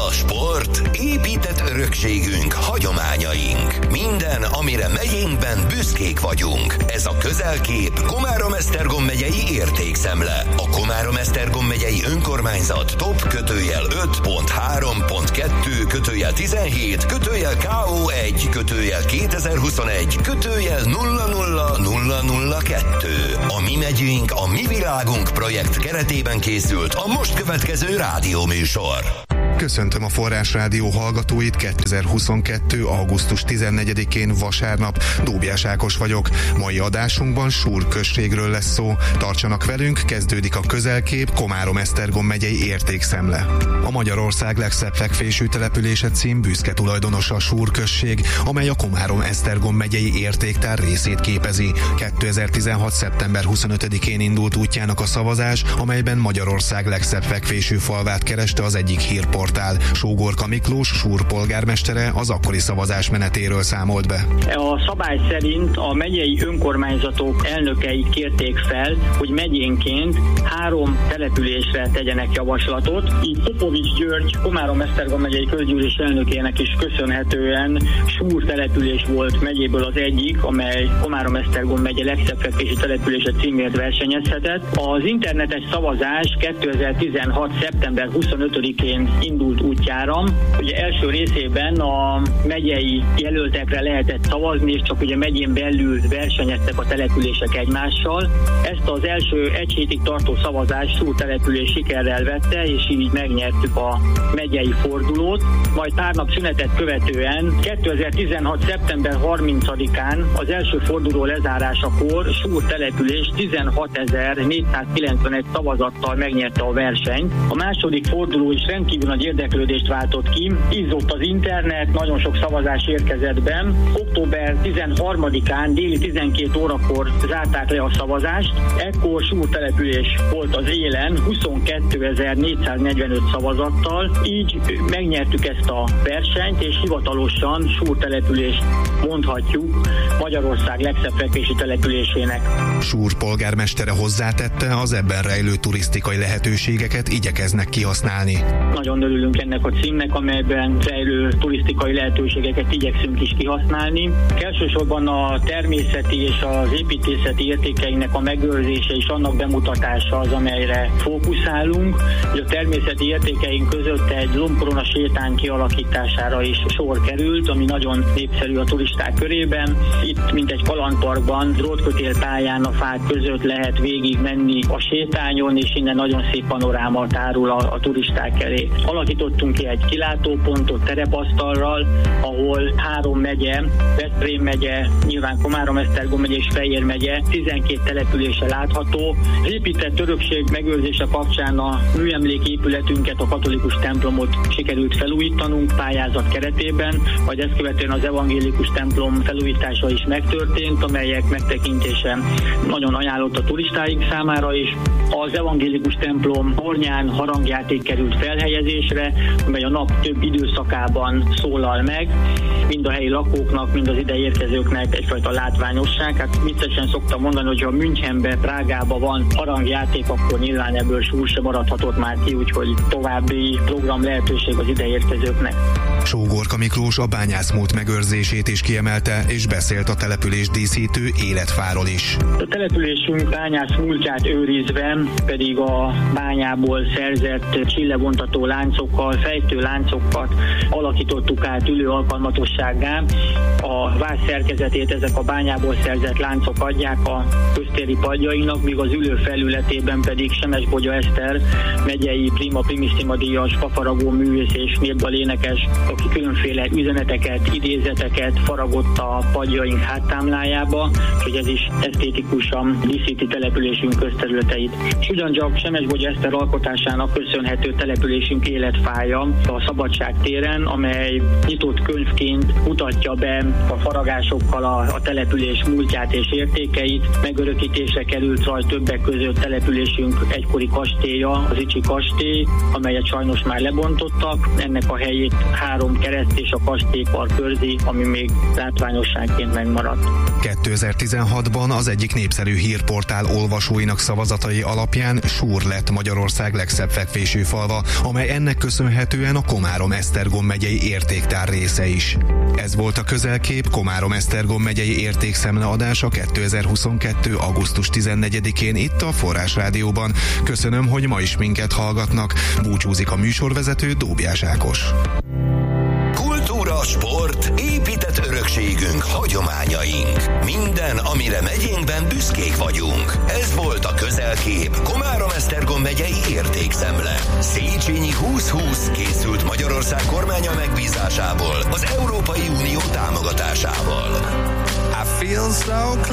A sport, épített örökségünk, hagyományaink. Minden, amire megyénkben büszkék vagyunk. Ez a Közel-kép Komárom-Esztergom megyei értékszemle. A Komárom-Esztergom megyei önkormányzat top /5.3.2/17 /KO1 /2021 /00002. A mi megyünk, a mi világunk projekt keretében készült a most következő rádióműsor. Köszöntöm a Forrás Rádió hallgatóit, 2022. augusztus 14-én vasárnap, Dóbjás Ákos vagyok. Mai adásunkban Súr községről lesz szó. Tartsanak velünk, kezdődik a Közel-kép Komárom-Esztergom megyei értékszemle. A Magyarország legszebb fekvésű települése cím büszke tulajdonosa a Súr község, amely a Komárom-Esztergom megyei értéktár részét képezi. 2016. szeptember 25-én indult útjának a szavazás, amelyben Magyarország legszebb fekvésű falvát kereste az egyik hírport. Sógorka Miklós, Súr polgármestere az akkori szavazás menetéről számolt be. A szabály szerint a megyei önkormányzatok elnökei kérték fel, hogy megyénként 3 településre tegyenek javaslatot. Így Popovics György, Komárom-Esztergom megyei közgyűlés elnökének is köszönhetően Súr település volt megyéből az egyik, amely Komárom-Esztergom megye legszebb fekvési települése címért versenyezhetett. Az internetes szavazás 2016. szeptember 25-én indult útjára. Ugye első részében a megyei jelöltekre lehetett szavazni, és csak ugye megyén belül versenyeztek a települések egymással. Ezt az első egy hétig tartó szavazást Súr település sikerrel vette, és így megnyertük a megyei fordulót. Majd pár nap szünetet követően 2016. szeptember 30-án az első forduló lezárásakor Súr település 16.491 szavazattal megnyerte a versenyt. A második forduló is rendkívül nagy érdeklődést váltott ki. Izzott az internet, nagyon sok szavazás érkezett be. Október 13-án déli 12 órakor zárták le a szavazást. Ekkor Súr település volt az élen 22.445 szavazattal. Így megnyertük ezt a versenyt, és hivatalosan Súr települést mondhatjuk Magyarország legszebb fekvési településének. Súr polgármestere hozzátette, az ebben rejlő turisztikai lehetőségeket igyekeznek kihasználni. Nagyon örülünk ennek a címnek, amelyben rejlő turisztikai lehetőségeket igyekszünk is kihasználni. Elsősorban a természeti és az építészeti értékeinek a megőrzése és annak bemutatása az, amelyre fókuszálunk. A természeti értékeink között egy lombkorona sétány kialakítására is sor került, ami nagyon népszerű a turisták körében. Itt, mint egy kalandparkban, drótkötélpályán a fák között lehet végig menni a sétányon, és innen nagyon szép panoráma tárul a turisták elé. Alakítottunk ki egy kilátópontot terepasztalral, ahol 3 megye, Veszprém megye, nyilván Komárom-Esztergom megye és Fejér megye 12 települése látható. Az épített örökség megőrzése kapcsán a műemléképületünket, a katolikus templomot sikerült felújítanunk pályázat keretében, majd ezt követően az evangélikus templom felújítása is megtörtént, amelyek megtekintése nagyon ajánlott a turistáink számára is. Az evangélikus templom tornyán harangjáték került felhelyezésre, amely a nap több időszakában szólal meg, mind a helyi lakóknak, mind az ide érkezőknek egyfajta látványosság. Hát viccesen szoktam mondani, hogy ha Münchenbe, Prágába van harangjáték, akkor nyilván ebből Súr sem maradhatott már ki, úgyhogy további program lehetőség az ide érkezőknek. Sógorka Miklós a bányászmúlt megőrzését is kiemelte, és beszélt a település díszítő életfáról is. A településünk bányászmúltját őrizve pedig a bányából szerzett csillevontató láncokkal, fejtő láncokat alakítottuk át ülő alkalmatossággá. A váz szerkezetét ezek a bányából szerzett láncok adják a köztéri padjainak, míg az ülő felületében pedig Semesbogya Eszter megyei prima primissima díjas fafaragó művész és népdalénekes, aki különféle üzeneteket, idézeteket faragott a padjaink háttámlájába, hogy ez is esztétikusan díszíti településünk közterületeit. És ugyancsak Semesbogya Eszter alkotásának köszönhető településünk életfája a Szabadság téren, amely nyitott könyvként mutatja be a faragásokkal a település múltját és értékeit. Megörökítésre került rajta többek között településünk egykori kastélya, az Icsi kastély, amelyet sajnos már lebontottak. Ennek a helyét 3 Komárom kereszt és a kastélypark őrzi, ami még látványosságként megmaradt. 2016-ban az egyik népszerű hírportál olvasóinak szavazatai alapján Súr lett Magyarország legszebb fekvésű falva, amely ennek köszönhetően a Komárom-Esztergom megyei értéktár része is. Ez volt a Közelkép Komárom-Esztergom megyei értékszemle adása 2022. augusztus 14-én itt a Forrás Rádióban. Köszönöm, hogy ma is minket hallgatnak. Búcsúzik a műsorvezető, Dóbjás Ákos. Kultúra, sport, épített örökségünk, hagyományaink. Minden, amire megyénkben büszkék vagyunk. Ez volt a Közelkép Komárom-Esztergom megyei értékszemle. Széchenyi 2020 készült Magyarország kormánya megbízásából, az Európai Unió támogatásával. I feel so